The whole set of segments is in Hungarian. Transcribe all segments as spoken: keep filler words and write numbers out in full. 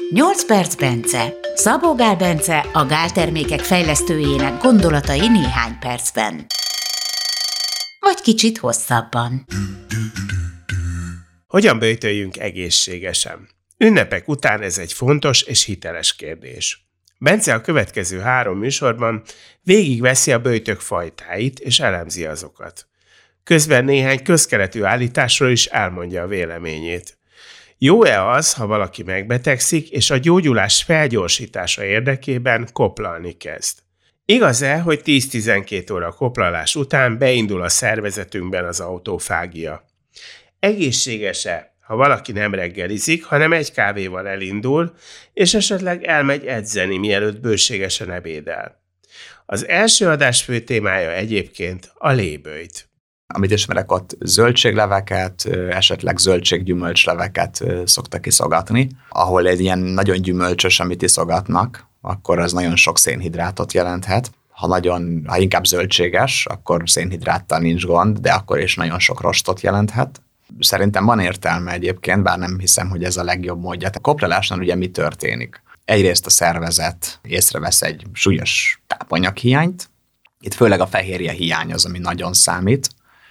nyolc perc Bence. Szabó Gál Bence, a Gál termékek fejlesztőjének gondolatai néhány percben. Vagy kicsit hosszabban. Hogyan böjtöljünk egészségesen? Ünnepek után ez egy fontos és hiteles kérdés. Bence a következő három műsorban végigveszi a böjtök fajtáit és elemzi azokat. Közben néhány közkeletű állításról is elmondja a véleményét. Jó-e az, ha valaki megbetegszik, és a gyógyulás felgyorsítása érdekében koplalni kezd? Igaz-e, hogy tíz-tizenkét óra koplalás után beindul a szervezetünkben az autofágia? Egészséges-e, ha valaki nem reggelizik, hanem egy kávéval elindul, és esetleg elmegy edzeni, mielőtt bőségesen ebédel? Az első adás fő témája egyébként a léböjt. Amit ismerek, ott zöldségleveket, esetleg zöldséggyümölcsleveket szoktak iszogatni, ahol egy ilyen nagyon gyümölcsös, amit iszogatnak, akkor az nagyon sok szénhidrátot jelenthet. Ha, nagyon, ha inkább zöldséges, akkor szénhidráttal nincs gond, de akkor is nagyon sok rostot jelenthet. Szerintem van értelme egyébként, bár nem hiszem, hogy ez a legjobb módja. A koplalásnál ugye mi történik? Egyrészt a szervezet észrevesz egy súlyos tápanyaghiányt, itt főleg a fehérje hiány az, ami nagyon számít,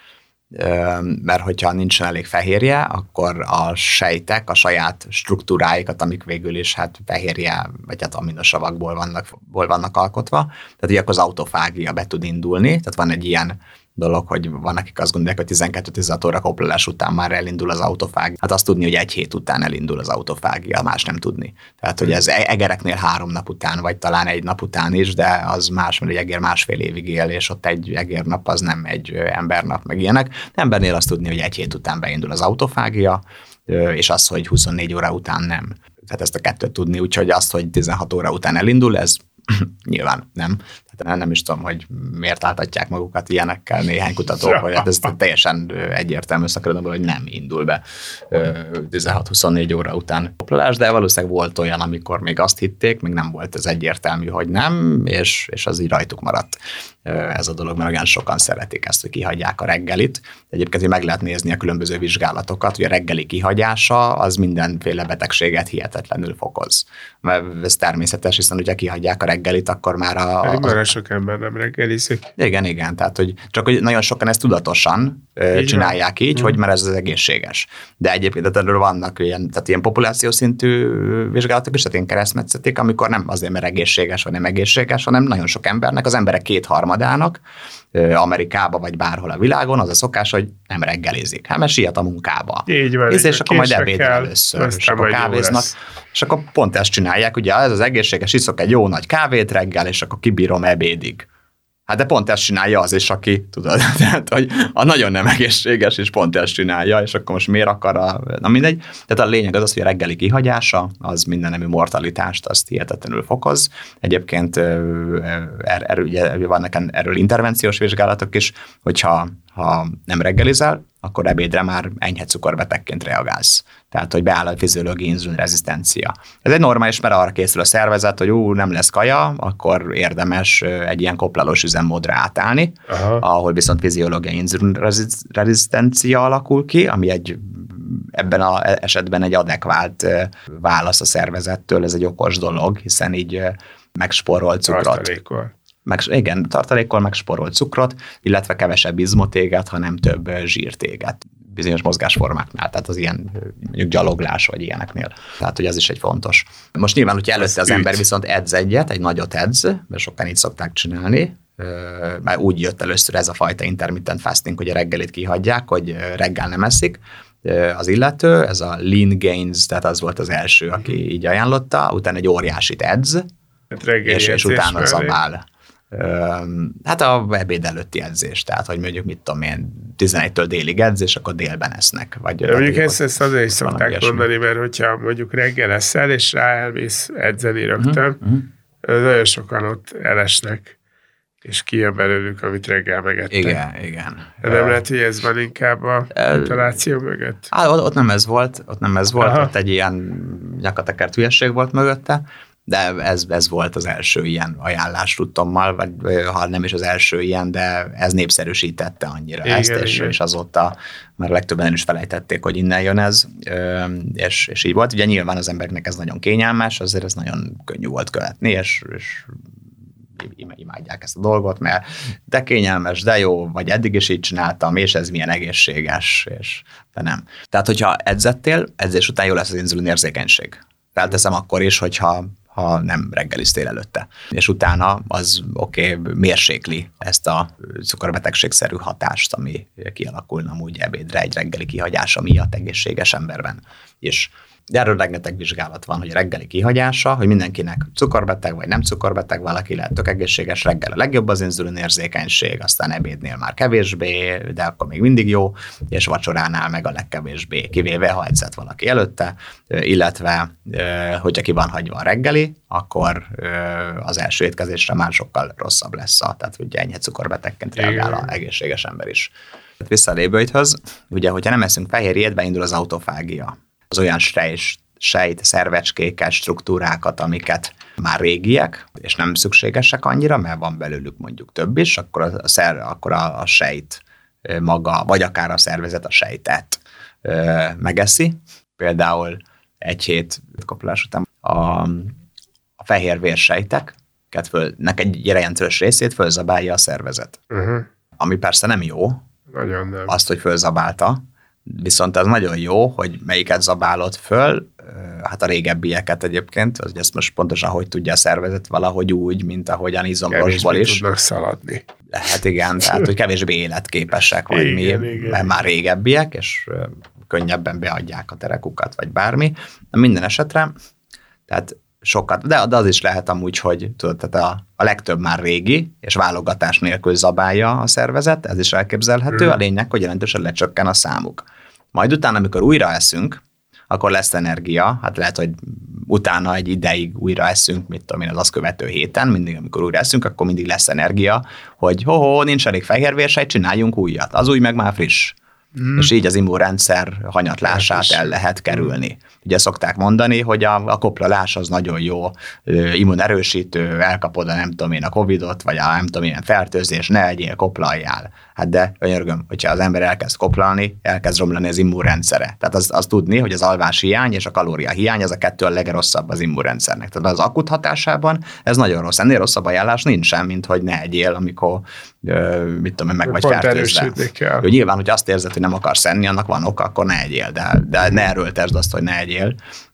mert hogyha nincsen elég fehérje, akkor a sejtek a saját struktúráikat, amik végül is hát fehérje, vagy hát aminosavakból vannak, vannak alkotva, tehát így akkor az autofágia be tud indulni, tehát van egy ilyen dolog, hogy van, akik azt gondolják, hogy tizenkettő-tizenhat óra koplalás után már elindul az autofágia. Hát azt tudni, hogy egy hét után elindul az autofágia, más nem tudni. Tehát, hogy ez egereknél három nap után, vagy talán egy nap után is, de az más, mert egy egér másfél évig él, és ott egy egérnap az nem egy embernap, meg ilyenek. Embernél azt tudni, hogy egy hét után beindul az autofágia, és az, hogy huszonnégy óra után nem. Tehát ezt a kettőt tudni, úgyhogy azt, hogy tizenhat óra után elindul, ez nyilván nem. Tehát nem is tudom, hogy miért áltatják magukat ilyenekkel néhány kutató, hogy hát ez teljesen egyértelmű szakadalomból, hogy nem indul be tizenhat-huszonnégy óra után koplalás, de valószínűleg volt olyan, amikor még azt hitték, még nem volt ez egyértelmű, hogy nem, és, és az így rajtuk maradt ez a dolog, mert olyan sokan szeretik ezt, hogy kihagyják a reggelit. Egyébként, hogy meg lehet nézni a különböző vizsgálatokat, hogy a reggeli kihagyása az mindenféle betegséget hihetetlenül fokoz. Mert ez természetes, hiszen ugye kihagyják a reggelit, akkor már a... a sok ember nem reggelizik. Igen, igen, tehát hogy csak hogy nagyon sokan ezt tudatosan így csinálják van. Így, mm. hogy mert ez az egészséges. De egyébként erről vannak ilyen, tehát ilyen populációs szintű vizsgálatok is, tehát ilyen keresztmetszeték, amikor nem azért, mert egészséges vagy nem egészséges, hanem nagyon sok embernek, az emberek kétharmadának Amerikába vagy bárhol a világon az a szokás, hogy nem reggelizik. Hát mert siet a munkába. Így van. És, és akkor majd ebédel először, és akkor kávéznak. És akkor pont ezt csinálják, ugye ez az egészséges, iszok egy jó nagy kávét reggel, és akkor kibírom ebédig. Hát de pont ezt csinálja az is, aki, tudod, tehát, hogy a nagyon nem egészséges, és pont ezt csinálja, és akkor most miért akar a... Na mindegy. Tehát a lényeg az az, hogy a reggeli kihagyása, az mindennemű mortalitást, azt hihetetlenül fokoz. Egyébként er, er, ugye vannak erről intervenciós vizsgálatok is, hogyha ha nem reggelizel, akkor ebédre már enyhe cukorbetegként reagálsz. Tehát, hogy beáll a fiziológiai inzulinrezisztencia. Ez egy normális, mert arra készül a szervezet, hogy ú, nem lesz kaja, akkor érdemes egy ilyen koplalós üzemmódra átállni, aha, ahol viszont fiziológiai inzulinrezisztencia alakul ki, ami egy ebben az esetben egy adekvált válasz a szervezettől, ez egy okos dolog, hiszen így megspórol cukrot. Tartalékol. Meg, igen, tartalékol, megsporolt cukrot, illetve kevesebb izmotéget, hanem több zsírtéget bizonyos mozgásformáknál, tehát az ilyen mondjuk gyaloglás vagy ilyeneknél. Tehát, hogy ez is egy fontos. Most nyilván, hogyha előtte az ember viszont edz egyet, egy nagyot edz, mert sokan így szokták csinálni, mert úgy jött először ez a fajta intermittent fasting, hogy a reggelit kihagyják, hogy reggel nem eszik az illető, ez a Lean Gains, tehát az volt az első, aki így ajánlotta, utána egy óriásit edz, hát és, és utána zabál. Hát a ebéd előtti edzés, tehát hogy mondjuk mit tudom én, tizenegytől délig edz, és akkor délben esznek. Vagy de mondjuk ezt, ezt azért is szokták mondani, mert hogyha mondjuk reggel eszel, és rá elmész edzeni rögtön, uh-huh, uh-huh. nagyon sokan ott elesnek, és kijön belőlük, amit reggel megettek. Igen, igen. De nem uh, lehet, hogy ez van inkább a taláció mögött? Á, ott nem ez volt, ott nem ez volt, aha, ott egy ilyen nyakatekert hülyesség volt mögötte. De ez, ez volt az első ilyen ajánlás tudtommal, vagy ha nem is az első ilyen, de ez népszerűsítette annyira igen, ezt, és, és azóta már legtöbben is felejtették, hogy innen jön ez, és, és így volt. Ugye nyilván az embereknek ez nagyon kényelmes, azért ez nagyon könnyű volt követni, és, és imádják ezt a dolgot, mert de kényelmes, de jó, vagy eddig is így csináltam, és ez milyen egészséges, és de nem. Tehát, hogyha edzettél, edzés után jó lesz az inzulin érzékenység. Felteszem akkor is, hogyha ha nem reggeliztél előtte. És utána az oké, okay, mérsékli ezt a cukorbetegségszerű hatást, ami kialakulna úgy ebédre egy reggeli kihagyása miatt egészséges emberben. És de erről rengeteg vizsgálat van, hogy a reggeli kihagyása, hogy mindenkinek cukorbeteg vagy nem cukorbeteg, valaki lehet tök egészséges, reggel a legjobb az inzulin érzékenység, aztán ebédnél már kevésbé, de akkor még mindig jó, és vacsoránál meg a legkevésbé, kivéve ha edzett valaki előtte, illetve hogyha ki van hagyva a reggeli, akkor az első étkezésre már sokkal rosszabb lesz, tehát ugye enyhe cukorbetegként reagál az egészséges ember is. Vissza a lébőjthöz, ugye, hogyha nem eszünk fehérjét, beindul az autofágia. Az olyan sejt, sejt szervecskéket, struktúrákat, amiket már régiek, és nem szükségesek annyira, mert van belőlük mondjuk több is, akkor a, szer, akkor a, a sejt maga, vagy akár a szervezet a sejtet ö, megeszi. Például egy hét kopulás után a, a fehér vérsejteket, nek egy jelentős részét fölzabálja a szervezet. Uh-huh. Ami persze nem jó, nagyon nem. Azt, hogy fölzabálta, viszont ez nagyon jó, hogy melyiket zabálod föl, hát a régebbieket egyébként, az, ezt most pontosan hogy tudja a szervezet, valahogy úgy, mint ahogyan izomrostból is. Kevésbé tudnak szaladni. Lehet igen, tehát hogy kevésbé életképesek, vagy igen, mi, igen. Mert már régebbiek, és könnyebben beadják a terekukat, vagy bármi. Minden esetre, tehát sokat, de, de az is lehet amúgy, hogy tudod, tehát a, a legtöbb már régi, és válogatás nélkül zabálja a szervezet, ez is elképzelhető, mm. a lényeg, hogy jelentősen lecsökken a számuk. Majd utána, amikor újra eszünk, akkor lesz energia, hát lehet, hogy utána egy ideig újra eszünk, mit tudom én, az azt követő héten, mindig, amikor újra eszünk, akkor mindig lesz energia, hogy ho-ho, nincs elég fehérvérsejt, csináljunk újat, az új meg már friss. Mm. És így az immunrendszer hanyatlását el lehet kerülni. Ugye szokták mondani, hogy a, a koplalás az nagyon jó immunerősítő, elkapod a nem tudom én a covidot, vagy a nem tudom én fertőzés, ne egyél, koplaljál. Hát de, könyörgöm, hogyha az ember elkezd koplalni, elkezd romlani az immunrendszere. Tehát az, az tudni, hogy az alvás hiány és a kalória hiány, ez a kettő a legrosszabb az immunrendszernek. Tehát az akut hatásában ez nagyon rossz. Ennél rosszabb ajánlás nincsen, mint hogy ne egyél, amikor mit tudom én, meg vagy fertőzve. Nyilván, hogy azt érzed, hogy nem akarsz enni, annak van oka, akkor ne egyél, de, de ne erőltesd azt, hogy ne egyél,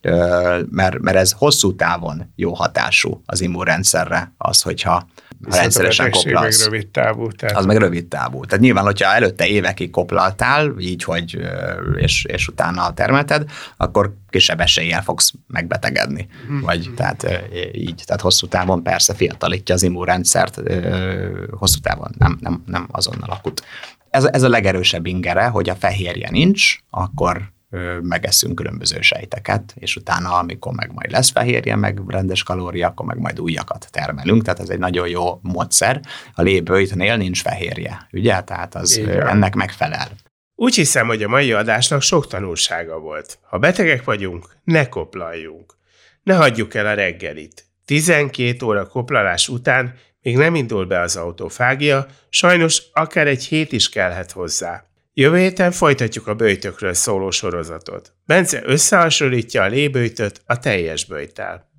mert, mert ez hosszú távon jó hatású az immunrendszerre, az, hogyha ha rendszeresen koplalsz. Meg rövid távú, tehát... Az meg rövid távú. Tehát nyilván, hogyha előtte évekig koplaltál, így, hogy, és, és utána termelted, akkor kisebb eséllyel fogsz megbetegedni. Mm. Vagy tehát így, tehát hosszú távon persze fiatalítja az immunrendszert, hosszú távon nem, nem, nem azonnal akut. Ez, ez a legerősebb ingere, hogy a fehérje nincs, akkor megeszünk különböző sejteket, és utána, amikor meg majd lesz fehérje, meg rendes kalória, akkor meg majd újakat termelünk, tehát ez egy nagyon jó módszer. A lébőjtnél nincs fehérje, ugye? Tehát az ennek megfelel. Úgy hiszem, hogy a mai adásnak sok tanulsága volt. Ha betegek vagyunk, ne koplaljunk. Ne hagyjuk el a reggelit. tizenkét óra koplalás után még nem indul be az autofágia, sajnos akár egy hét is kellhet hozzá. Jövő héten folytatjuk a böjtökről szóló sorozatot. Bence összehasonlítja a léböjtöt a teljes böjttel.